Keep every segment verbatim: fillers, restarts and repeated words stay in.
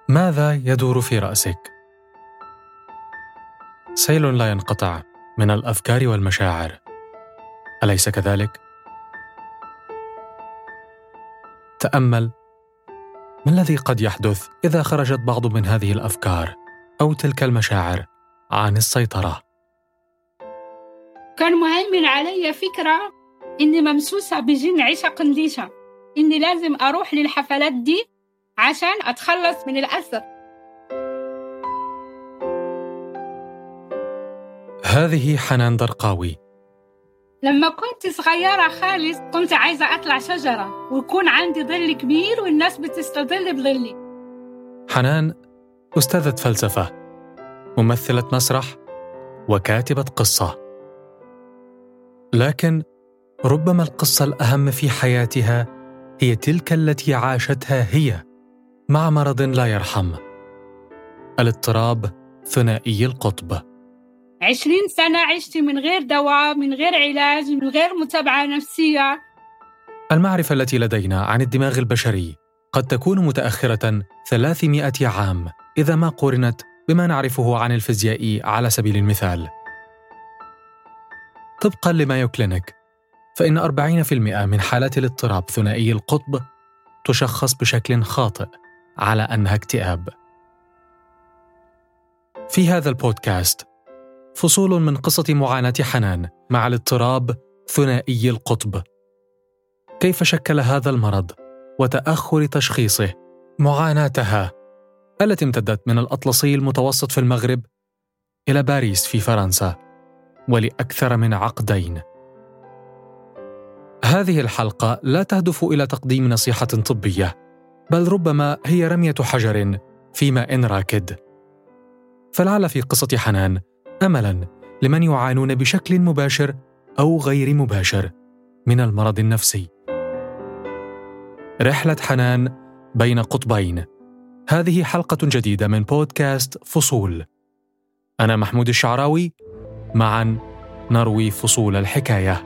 ماذا يدور في رأسك؟ سيل لا ينقطع من الأفكار والمشاعر، أليس كذلك؟ تأمل، ما الذي قد يحدث إذا خرجت بعض من هذه الأفكار أو تلك المشاعر عن السيطرة؟ كان مهيمن علي فكرة إني ممسوسة بجن عيشة قنديشة، إني لازم أروح للحفلات دي عشان أتخلص من الأثر. هذه حنان درقاوي. لما كنت صغيرة خالص كنت عايزة أطلع شجرة ويكون عندي ظل كبير والناس بتستظل بظلي. حنان أستاذة فلسفة، ممثلة مسرح، وكاتبة قصة. لكن ربما القصة الأهم في حياتها هي تلك التي عاشتها هي مع مرض لا يرحم، الاضطراب ثنائي القطب. عشرين سنة عشت من غير دواء، من غير علاج، من غير متابعة نفسية. المعرفة التي لدينا عن الدماغ البشري قد تكون متأخرة ثلاثمائة عام إذا ما قورنت بما نعرفه عن الفيزياء على سبيل المثال. طبقاً لمايو كلينيك، فإن أربعين بالمئة من حالات الاضطراب ثنائي القطب تشخص بشكل خاطئ على أنها اكتئاب. في هذا البودكاست فصول من قصة معاناة حنان مع الاضطراب ثنائي القطب، كيف شكل هذا المرض وتأخر تشخيصه معاناتها التي امتدت من الأطلسي المتوسط في المغرب إلى باريس في فرنسا ولأكثر من عقدين. هذه الحلقة لا تهدف إلى تقديم نصيحة طبية، بل ربما هي رمية حجر في ماء راكد. فلعل في قصة حنان أملاً لمن يعانون بشكل مباشر أو غير مباشر من المرض النفسي. رحلة حنان بين قطبين، هذه حلقة جديدة من بودكاست فصول. أنا محمود الشعراوي، معاً نروي فصول الحكاية.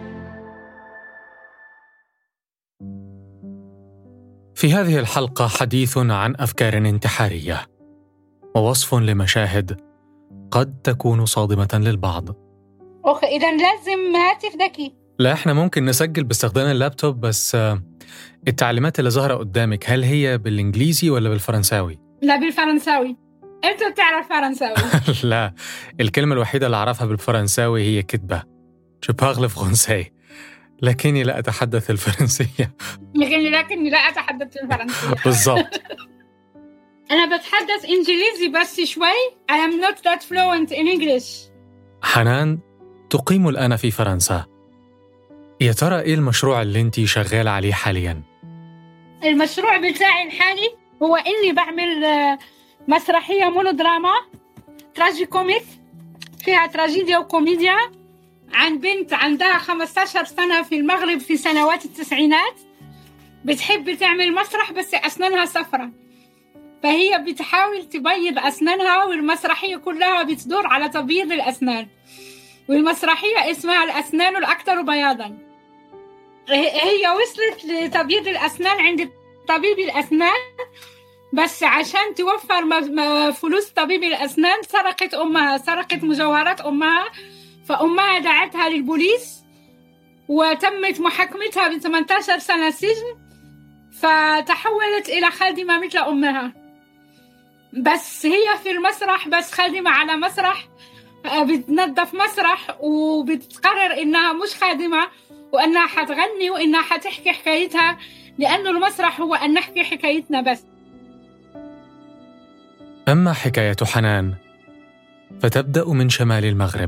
في هذه الحلقة حديث عن أفكار انتحارية ووصف لمشاهد قد تكون صادمة للبعض. أوكي، إذن لازم هاتف ذكي. لا، إحنا ممكن نسجل باستخدام اللابتوب، بس التعليمات اللي ظاهرة قدامك هل هي بالإنجليزي ولا بالفرنساوي؟ لا، بالفرنساوي. أنت بتعرف فرنساوي؟ لا، الكلمة الوحيدة اللي أعرفها بالفرنساوي هي كذبة. Je parle français، لكني لا أتحدث الفرنسية. لكني لكني لا أتحدث الفرنسية. بالضبط. أنا بتحدث إنجليزي بس شوي. I am not that fluent in English. حنان تقيم الآن في فرنسا. يا ترى إيه المشروع اللي أنتي شغالة عليه حالياً؟ المشروع بتاعي الحالي هو إني بعمل مسرحية مونودراما تراجي كوميك، فيها تراجيديا وكوميديا، عن بنت عندها خمسة عشر سنة في المغرب في سنوات التسعينات، بتحب تعمل مسرح بس أسنانها صفرة، فهي بتحاول تبيض أسنانها، والمسرحية كلها بتدور على تبييض الأسنان، والمسرحية اسمها الأسنان الأكثر بياضاً. هي وصلت لتبييض الأسنان عند طبيب الأسنان، بس عشان توفر فلوس طبيب الأسنان سرقت أمها، سرقت مجوهرات أمها، فأمها دعتها للبوليس وتمت محاكمتها ب ثمانية عشر سنة سجن، فتحولت إلى خادمة مثل أمها. بس هي في المسرح بس خادمة على مسرح، بتنظف مسرح، وبتقرر إنها مش خادمة وإنها حتغني وإنها حتحكي حكايتها، لأنه المسرح هو أن نحكي حكايتنا بس. أما حكاية حنان فتبدأ من شمال المغرب.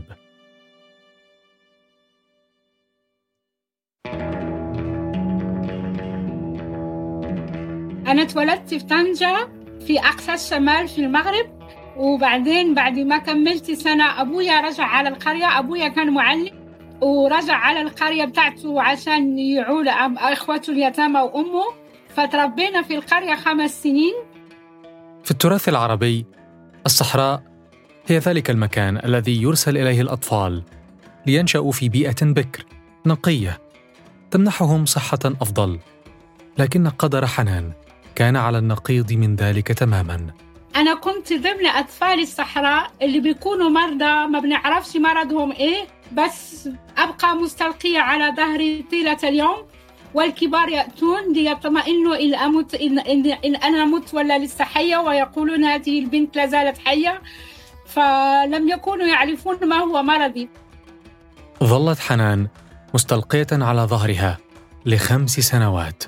أنا اتولدت في طنجة في أقصى الشمال في المغرب، وبعدين بعد ما كملت سنة أبويا رجع على القرية. أبويا كان معلم ورجع على القرية بتاعته عشان يعول إخوته اليتامى وأمه، فتربينا في القرية خمس سنين. في التراث العربي الصحراء هي ذلك المكان الذي يرسل إليه الأطفال لينشأوا في بيئة بكر نقية تمنحهم صحة أفضل. لكن قدر حنان كان على النقيض من ذلك تماماً. أنا كنت ضمن أطفال الصحراء اللي بيكونوا مرضى ما بنعرفش مرضهم إيه، بس أبقى مستلقية على ظهري طيلة اليوم، والكبار يأتون ليطمئنوا إن أموت إن, إن, إن أنا مت ولا لسه حية، ويقولون هذه البنت لا زالت حية، فلم يكونوا يعرفون ما هو مرضي. ظلت حنان مستلقية على ظهرها لخمس سنوات،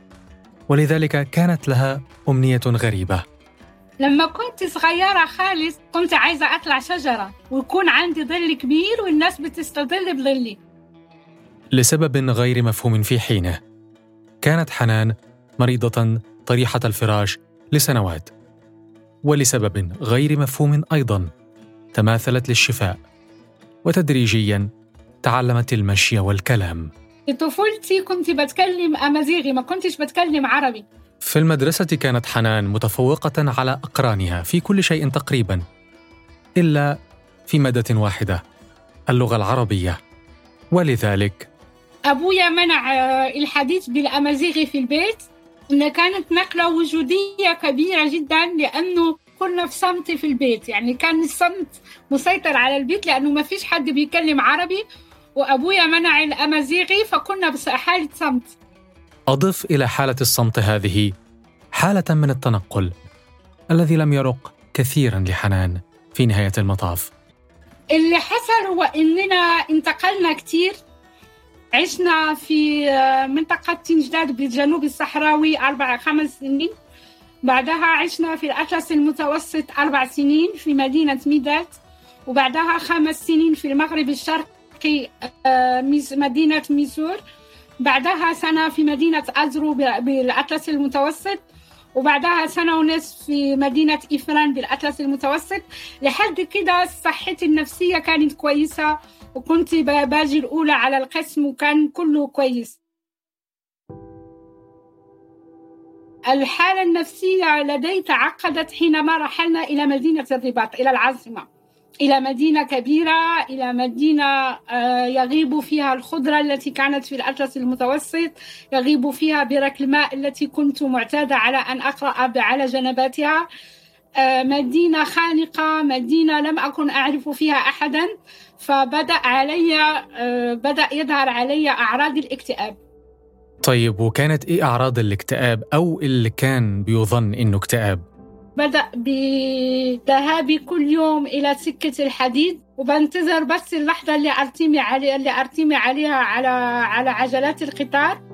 ولذلك كانت لها أمنية غريبة. لما كنت صغيرة خالص كنت عايزة أطلع شجرة ويكون عندي ظل كبير والناس بتستظل بظلي. لسبب غير مفهوم في حينه، كانت حنان مريضة طريحة الفراش لسنوات، ولسبب غير مفهوم أيضاً تماثلت للشفاء، وتدريجياً تعلمت المشي والكلام. في طفولتي كنت بتكلم أمازيغي، ما كنتش بتكلم عربي. في المدرسة كانت حنان متفوقة على أقرانها في كل شيء تقريباً، إلا في مادة واحدة، اللغة العربية، ولذلك أبويا منع الحديث بالأمازيغي في البيت، إن كانت نقلة وجودية كبيرة جداً، لأنه كنا في صمت في البيت، يعني كان الصمت مسيطر على البيت لأنه ما فيش حد بيتكلم عربي، وأبويا منع الأمازيغي فكنا بحالة صمت. أضف إلى حالة الصمت هذه حالة من التنقل الذي لم يرق كثيراً لحنان في نهاية المطاف. اللي حصل هو إننا انتقلنا كتير، عشنا في منطقة تنجداد بالجنوب الصحراوي أربع خمس سنين، بعدها عشنا في الأطلس المتوسط أربع سنين في مدينة ميدات، وبعدها خمس سنين في المغرب الشرقي مدينة ميسور، بعدها سنة في مدينة أزرو بالأطلس المتوسط، وبعدها سنة ونصف في مدينة إفران بالأطلس المتوسط. لحد كده صحتي النفسية كانت كويسة، وكنت باجي الأولى على القسم وكان كله كويس. الحالة النفسية لدي تعقدت حينما رحلنا إلى مدينة الرباط، إلى العاصمة، إلى مدينة كبيرة، إلى مدينة يغيب فيها الخضرة التي كانت في الأطلس المتوسط، يغيب فيها برك الماء التي كنت معتادة على أن أقرأ على جنباتها، مدينة خانقة، مدينة لم أكن أعرف فيها أحدا، فبدأ علي بدأ يظهر علي أعراض الاكتئاب. طيب، وكانت إيه أعراض الاكتئاب أو اللي كان بيظن إنه اكتئاب؟ بدأ بذهابي كل يوم إلى سكة الحديد، وبنتظر بس اللحظة اللي أرتمي عليها اللي أرتمي عليها على على عجلات القطار.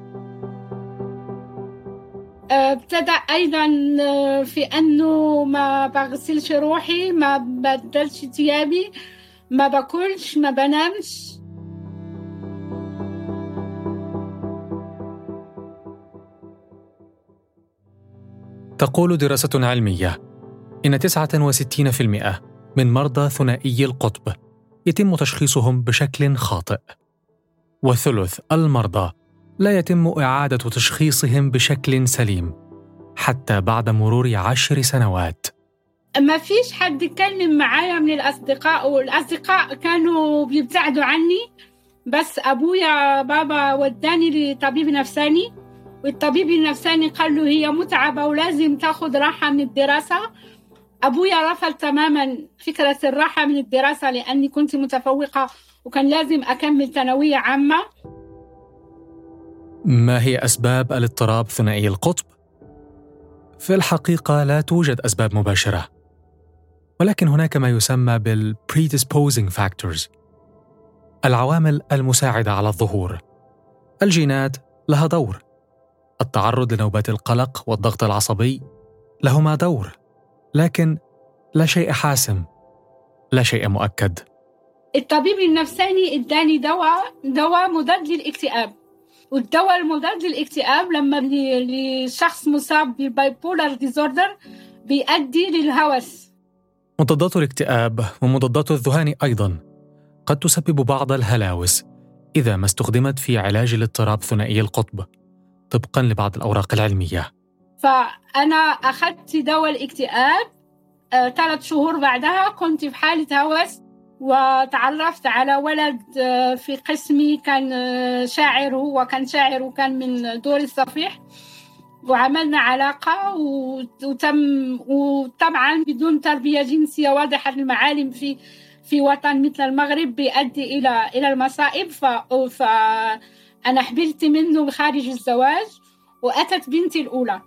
ابتدأ أيضا في أنه ما بغسلش روحي، ما بدلش ثيابي، ما باكلش، ما بنامش. تقول دراسة علمية إن تسعة وستين بالمئة من مرضى ثنائي القطب يتم تشخيصهم بشكل خاطئ، وثلث المرضى لا يتم إعادة تشخيصهم بشكل سليم حتى بعد مرور عشر سنوات. ما فيش حد يتكلم معايا من الأصدقاء، والأصدقاء كانوا بيبتعدوا عني، بس أبويا بابا وداني لطبيب نفساني، والطبيب النفساني قال له هي متعبة ولازم تاخد راحة من الدراسة. أبويا رفض تماما فكرة الراحة من الدراسة لأني كنت متفوقة وكان لازم أكمل ثانوية عامة. ما هي أسباب الاضطراب ثنائي القطب؟ في الحقيقة لا توجد أسباب مباشرة، ولكن هناك ما يسمى بال predisposing factors، العوامل المساعدة على الظهور. الجينات لها دور، التعرض لنوبات القلق والضغط العصبي لهما دور، لكن لا شيء حاسم، لا شيء مؤكد. الطبيب النفساني اداني دواء دواء مضاد للاكتئاب، والدواء المضاد للاكتئاب لما لشخص مصاب بالبايبولار ديزوردر بيؤدي للهوس. مضادات الاكتئاب ومضادات الذهان أيضاً قد تسبب بعض الهلاوس إذا ما استخدمت في علاج الاضطراب ثنائي القطب طبقاً لبعض الأوراق العلمية. فأنا أخذت دواء الاكتئاب آه، ثلاث شهور بعدها كنت في حالة هوس، وتعرفت على ولد آه، في قسمي كان آه، شاعر، هو كان شاعر وكان من دور الصفيح، وعملنا علاقة وتم وطبعا بدون تربية جنسية واضحة المعالم في في وطن مثل المغرب بيؤدي إلى إلى المصائب. فأنا حبلت منه خارج الزواج وأتت بنتي الأولى.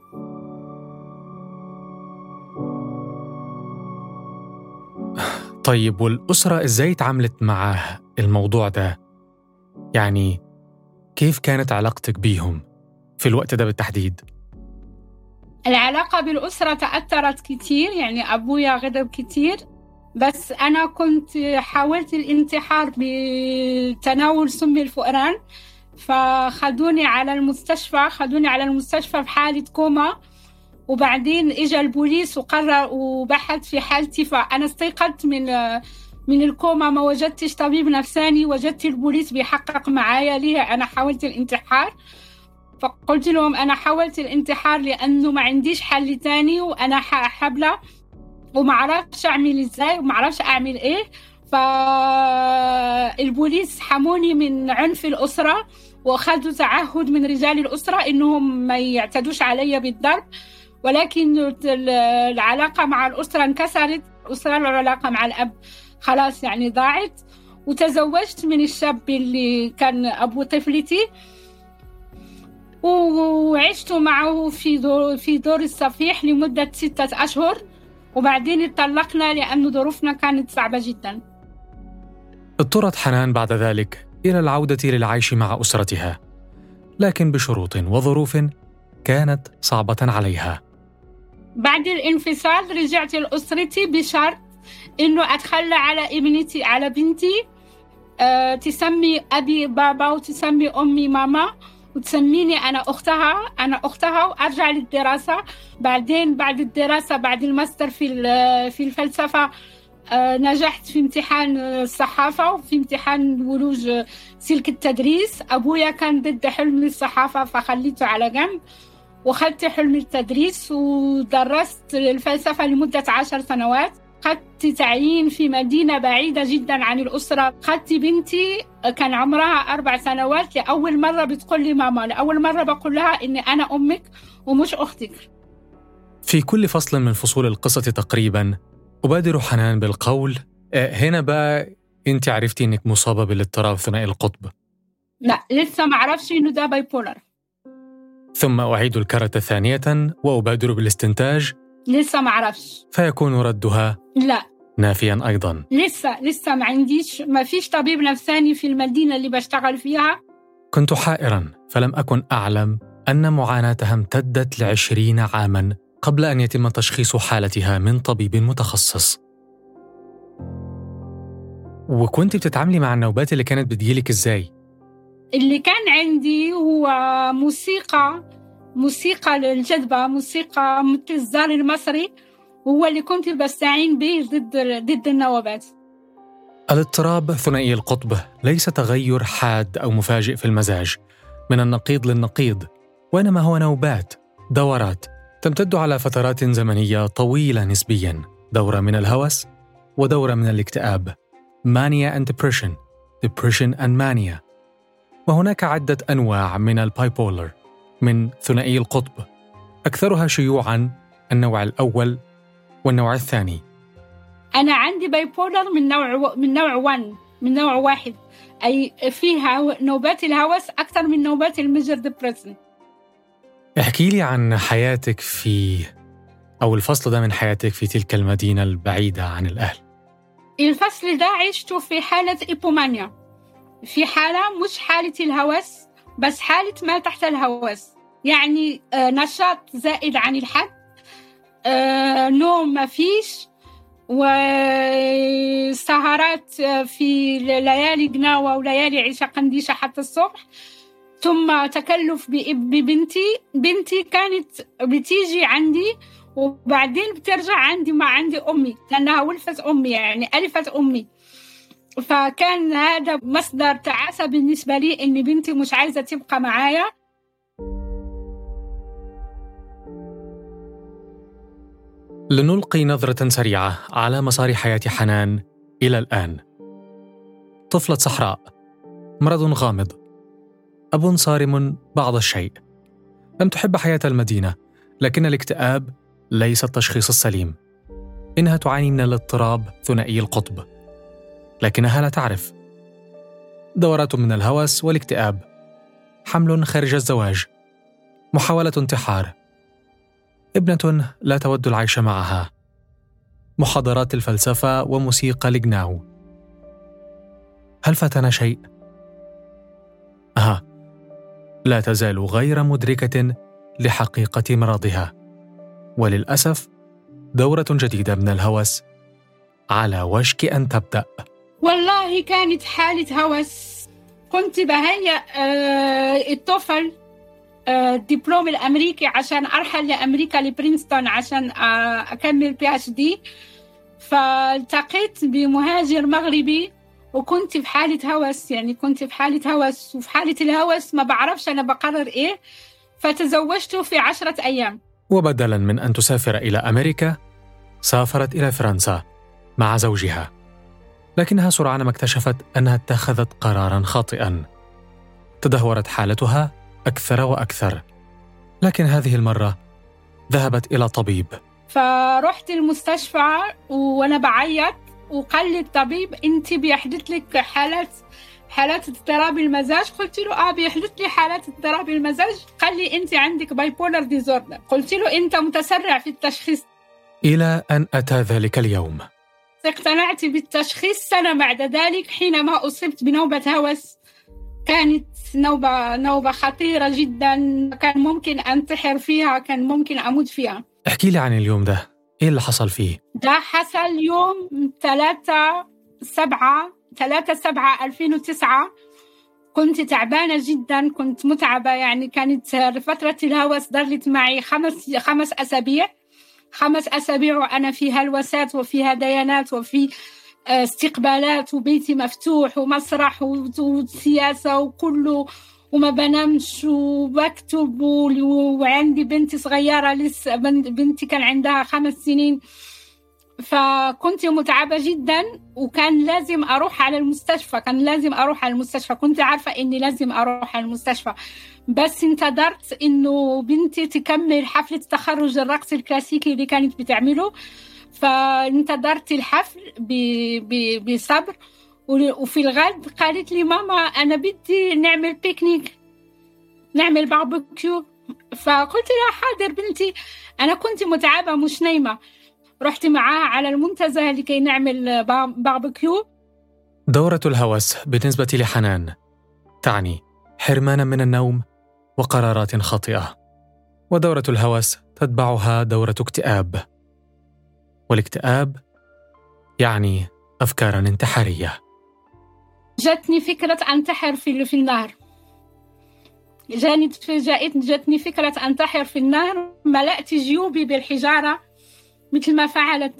طيب والأسرة إزاي تعاملت مع الموضوع ده؟ يعني كيف كانت علاقتك بيهم في الوقت ده بالتحديد؟ العلاقة بالأسرة تأثرت كتير، يعني أبويا غضب كتير، بس أنا كنت حاولت الانتحار بتناول سم الفئران، فخدوني على المستشفى خدوني على المستشفى في حالة كوما، وبعدين إجا البوليس وقرر وبحث في حالتي، فأنا استيقظت من من الكوما، ما وجدتش طبيب نفساني، وجدت البوليس بيحقق معايا ليه أنا حاولت الانتحار. فقلت لهم أنا حاولت الانتحار لأنه ما عنديش حل تاني وأنا حبلة وما عرفش أعمل إزاي وما عرفش أعمل إيه. فالبوليس حموني من عنف الأسرة وأخذوا تعهد من رجال الأسرة إنهم ما يعتدوش علي بالضرب، ولكن العلاقة مع الأسرة انكسرت. الأسرة العلاقة مع الأب خلاص يعني ضاعت. وتزوجت من الشاب اللي كان أبو طفلتي وعشت معه في دور في دور الصفيح لمدة ستة أشهر، وبعدين اتطلقنا لأن ظروفنا كانت صعبة جدا. اضطرت حنان بعد ذلك إلى العودة للعيش مع أسرتها، لكن بشروط وظروف كانت صعبة عليها. بعد الانفصال رجعت لأسرتي بشرط إنه أتخلى على ابنتي على بنتي، أه تسمي أبي بابا وتسمي أمي ماما وتسميني أنا أختها أنا أختها وأرجع للدراسة. بعدين بعد الدراسة بعد الماستر في في الفلسفة أه نجحت في امتحان الصحافة وفي امتحان ولوج سلك التدريس. أبويا كان ضد حلم الصحافة فخليته على جنب وخدت حلم التدريس ودرست الفلسفة لمدة عشر سنوات. خدت تعيين في مدينة بعيدة جدا عن الأسرة. خدت بنتي كان عمرها أربع سنوات، لأول مرة بتقول لي ماما، لأول مرة بقول لها إني أنا أمك ومش أختك. في كل فصل من فصول القصة تقريبا أبادر حنان بالقول هنا بقى أنت عرفتي إنك مصابة بالاضطراب ثنائي القطب. لا لسه ما عرفش إنه ده بايبولر. ثم أعيد الكرة ثانية وأبادر بالاستنتاج لسه ما عرفش. فيكون ردها لا نافيا أيضا. لسه لسه ما عنديش، ما فيش طبيب نفساني في المدينة اللي بشتغل فيها. كنت حائرا فلم أكن أعلم أن معاناتها امتدت لعشرين عاما قبل أن يتم تشخيص حالتها من طبيب متخصص. وكنت بتتعاملي مع النوبات اللي كانت بتجيلك إزاي؟ اللي كان عندي هو موسيقى موسيقى للجذبة، موسيقى مثل الزار المصري، هو اللي كنت بستعين به ضد ضد النوبات. الاضطراب ثنائي القطب ليس تغير حاد أو مفاجئ في المزاج من النقيض للنقيض، وإنما هو نوبات، دورات تمتد على فترات زمنية طويلة نسبياً، دورة من الهوس ودورة من الاكتئاب، mania and depression, depression and mania. وهناك عدة أنواع من البايبولر من ثنائي القطب، أكثرها شيوعاً النوع الأول والنوع الثاني. أنا عندي بايبولر من نوع من نوع واحد من نوع واحد أي فيها نوبات الهوس أكثر من نوبات الميجر ديبريشن. احكي لي عن حياتك في أو الفصل ده من حياتك في تلك المدينة البعيدة عن الأهل. الفصل ده عشته في حالة إيبومانيا، في حالة مش حالة الهوس بس حالة ما تحت الهوس، يعني آه نشاط زائد عن الحد، آه نوم ما فيش، وسهرات في ليالي قناوة وليالي عشاء قنديشة حتى الصبح، ثم تكلف ببنتي. بنتي كانت بتيجي عندي وبعدين بترجع عندي مع عندي أمي لأنها ولفت أمي، يعني ألفت أمي. فكان هذا مصدر تعاسة بالنسبة لي إن بنتي مش عايزة تبقى معايا. لنلقي نظرة سريعة على مسار حياة حنان إلى الآن. طفلة صحراء، مرض غامض، أب صارم بعض الشيء، لم تحب حياة المدينة، لكن الاكتئاب ليس التشخيص السليم. إنها تعاني من الاضطراب ثنائي القطب، لكنها لا تعرف. دورات من الهوس والاكتئاب، حمل خارج الزواج، محاولة انتحار، ابنة لا تود العيش معها، محاضرات الفلسفة وموسيقى لجناو. هل فاتنا شيء؟ أها، لا تزال غير مدركة لحقيقة مرضها، وللأسف دورة جديدة من الهوس على وشك أن تبدأ. والله كانت حالة هوس. كنت بهيأ آه الطفل آه الدبلوم الأمريكي عشان أرحل لأمريكا لبرينستون عشان آه أكمل بي اتش دي. فالتقيت بمهاجر مغربي وكنت في حالة هوس، يعني كنت في حالة هوس، وفي حالة الهوس ما بعرفش أنا بقرر إيه. فتزوجته في عشرة أيام. وبدلاً من أن تسافر إلى أمريكا، سافرت إلى فرنسا مع زوجها، لكنها سرعان ما اكتشفت أنها اتخذت قراراً خاطئاً. تدهورت حالتها أكثر وأكثر، لكن هذه المرة ذهبت إلى طبيب. فرحت المستشفى وأنا بعيط، وقال لي الطبيب أنت بيحدث لك حالات حالات اضطراب المزاج. قلت له آه بيحدث لي حالات اضطراب المزاج. قال لي أنت عندك بايبولر ديزوردر. قلت له أنت متسرع في التشخيص. إلى أن أتى ذلك اليوم. اقتنعت بالتشخيص سنة بعد ذلك حينما أصبت بنوبة هوس. كانت نوبة نوبة خطيرة جدا، كان ممكن أنتحر فيها، كان ممكن أموت فيها. احكي لي عن اليوم ده، إيه اللي حصل فيه؟ ده حصل يوم ثلاثة سبعة ثلاثة سبعة ألفين وتسعة. كنت تعبانة جدا، كنت متعبة، يعني كانت فترة الهوس ضلت معي خمس خمس أسابيع خمس أسابيع وأنا في هلوسات وفي هديانات وفي استقبالات وبيتي مفتوح ومسرح وسياسة وكله، وما بنامش وبكتب، وعندي بنتي صغيرة لسه، بنتي كان عندها خمس سنين. فكنت متعبة جدا وكان لازم أروح على المستشفى كان لازم أروح على المستشفى كنت عارفة إني لازم أروح على المستشفى، بس انتظرت إنه بنتي تكمل حفلة تخرج الرقص الكلاسيكي اللي كانت بتعمله. فانتظرت الحفل بصبر، وفي الغد قالت لي ماما أنا بدي نعمل بيكنيك، نعمل باربيكيو. فقلت لها حاضر بنتي. أنا كنت متعبة مش نايمة. رحت معاها على المنتزه لكي نعمل باربيكيو. دورة الهوس بالنسبة لحنان تعني حرمانا من النوم وقرارات خاطئة، ودورة الهوس تتبعها دورة اكتئاب، والاكتئاب يعني أفكارا انتحارية. جاتني فكرة أنتحر في في النهر. جاني جاءت جاتني فكرة أنتحر في النهر. ملأت جيوبي بالحجارة مثل ما فعلت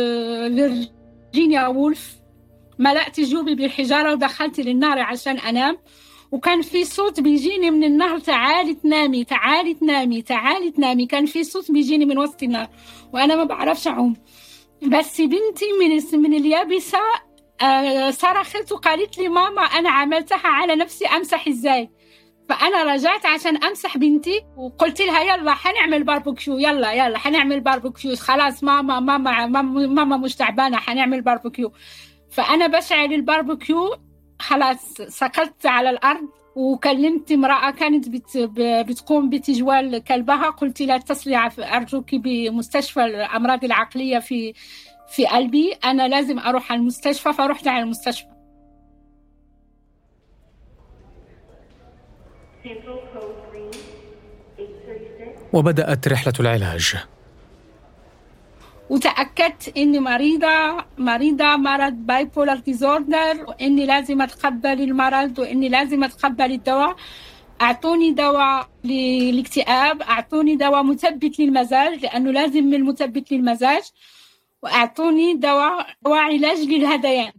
فيرجينيا وولف. ملأت جيوبي بالحجارة ودخلت للنهر عشان أنام، وكان في صوت بيجيني من النهر تعالي تنامي تعالي تنامي تعالي تنامي. كان في صوت بيجيني من وسط النهر وأنا ما بعرفش أعوم. بس بنتي من من اليابسة آه صرخت وقالت لي ماما أنا عملتها على نفسي، أمسح إزاي؟ فأنا رجعت عشان أمسح بنتي وقلت لها يلا حنعمل باربيكيو، يلا يلا حنعمل باربيكيو، خلاص ماما ماما ماما, ماما مش تعبانة حنعمل باربيكيو. فأنا بشعل الباربيكيو، خلاص سقطت على الأرض وكلمت امرأة كانت بت بتقوم بتجوال كلبها. قلت لها اتصلي أرجوك بمستشفى الأمراض العقلية في في قلبي، أنا لازم أروح على المستشفى. فرحت على المستشفى. وبدأت رحلة العلاج. وتأكدت إني مريضة مريضة مرض بايبولار ديزوردر، وإني لازم أتقبل المرض وإني لازم أتقبل الدواء. أعطوني دواء للاكتئاب، أعطوني دواء مثبت للمزاج لأنه لازم من المثبت للمزاج، وأعطوني دواء دواء علاج للهذيان.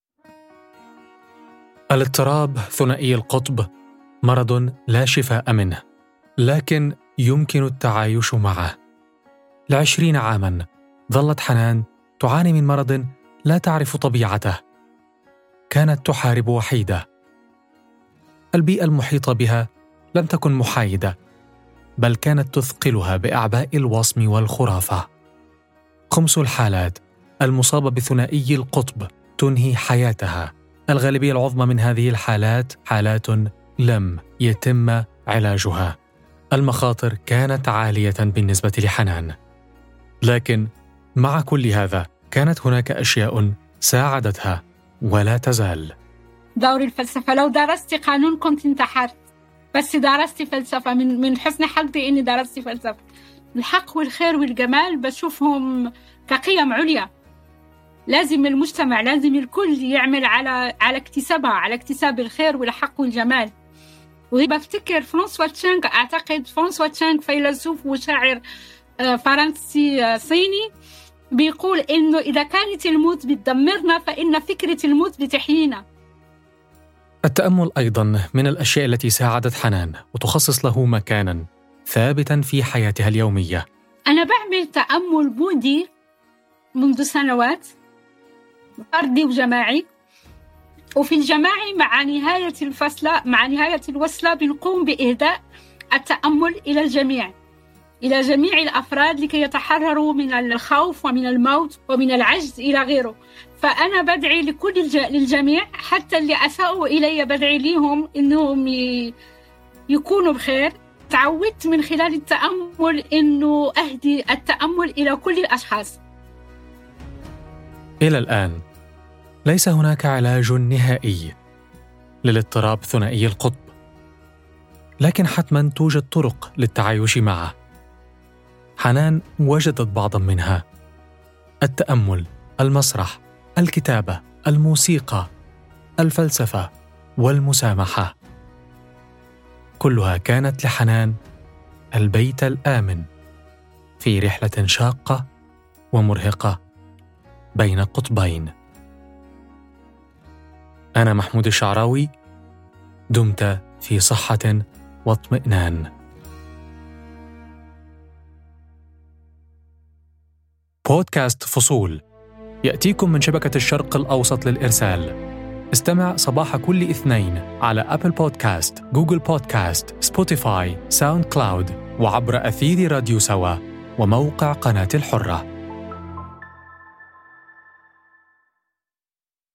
الاضطراب ثنائي القطب مرض لا شفاء منه، لكن يمكن التعايش معه. لعشرين عاماً ظلت حنان تعاني من مرض لا تعرف طبيعته. كانت تحارب وحيدة. البيئة المحيطة بها لم تكن محايدة، بل كانت تثقلها بأعباء الوصم والخرافة. خمس الحالات المصابة بثنائي القطب تنهي حياتها. الغالبية العظمى من هذه الحالات حالات لم يتم علاجها. المخاطر كانت عالية بالنسبة لحنان، لكن مع كل هذا كانت هناك أشياء ساعدتها ولا تزال. دور الفلسفة، لو درست قانون كنت انتحرت، بس درست فلسفة. من من حسن حظي إني درست فلسفة. الحق والخير والجمال بشوفهم كقيم عليا، لازم المجتمع، لازم الكل يعمل على على اكتسابها، على اكتساب الخير والحق والجمال. وبفتكر فرانسوا تشانغ، أعتقد فرانسوا تشانغ فيلسوف وشاعر فرنسي صيني، بيقول إنه إذا كانت الموت بتدمرنا فإن فكرة الموت بتحيينا. التأمل أيضاً من الأشياء التي ساعدت حنان وتخصص له مكاناً ثابتاً في حياتها اليومية. أنا بعمل تأمل بودي منذ سنوات، فردي وجماعي. وفي الجماعي مع نهاية الفصلة مع نهاية الوصلة بنقوم بإهداء التأمل إلى الجميع، إلى جميع الأفراد لكي يتحرروا من الخوف ومن الموت ومن العجز إلى غيره. فأنا بدعي لكل الج... للجميع، حتى اللي أساءوا إلي بدعي لهم إنهم ي... يكونوا بخير. تعودت من خلال التأمل إنه أهدي التأمل إلى كل الأشخاص. إلى الآن ليس هناك علاج نهائي للاضطراب ثنائي القطب، لكن حتماً توجد طرق للتعايش معه. حنان وجدت بعضاً منها: التأمل، المسرح، الكتابة، الموسيقى، الفلسفة والمسامحة. كلها كانت لحنان البيت الآمن في رحلة شاقة ومرهقة بين قطبين. أنا محمود الشعراوي، دمت في صحة واطمئنان. بودكاست فصول يأتيكم من شبكة الشرق الأوسط للإرسال. استمع صباح كل اثنين على أبل بودكاست، جوجل بودكاست، سبوتيفاي، ساوند كلاود، وعبر أثير راديو سوا وموقع قناة الحرة.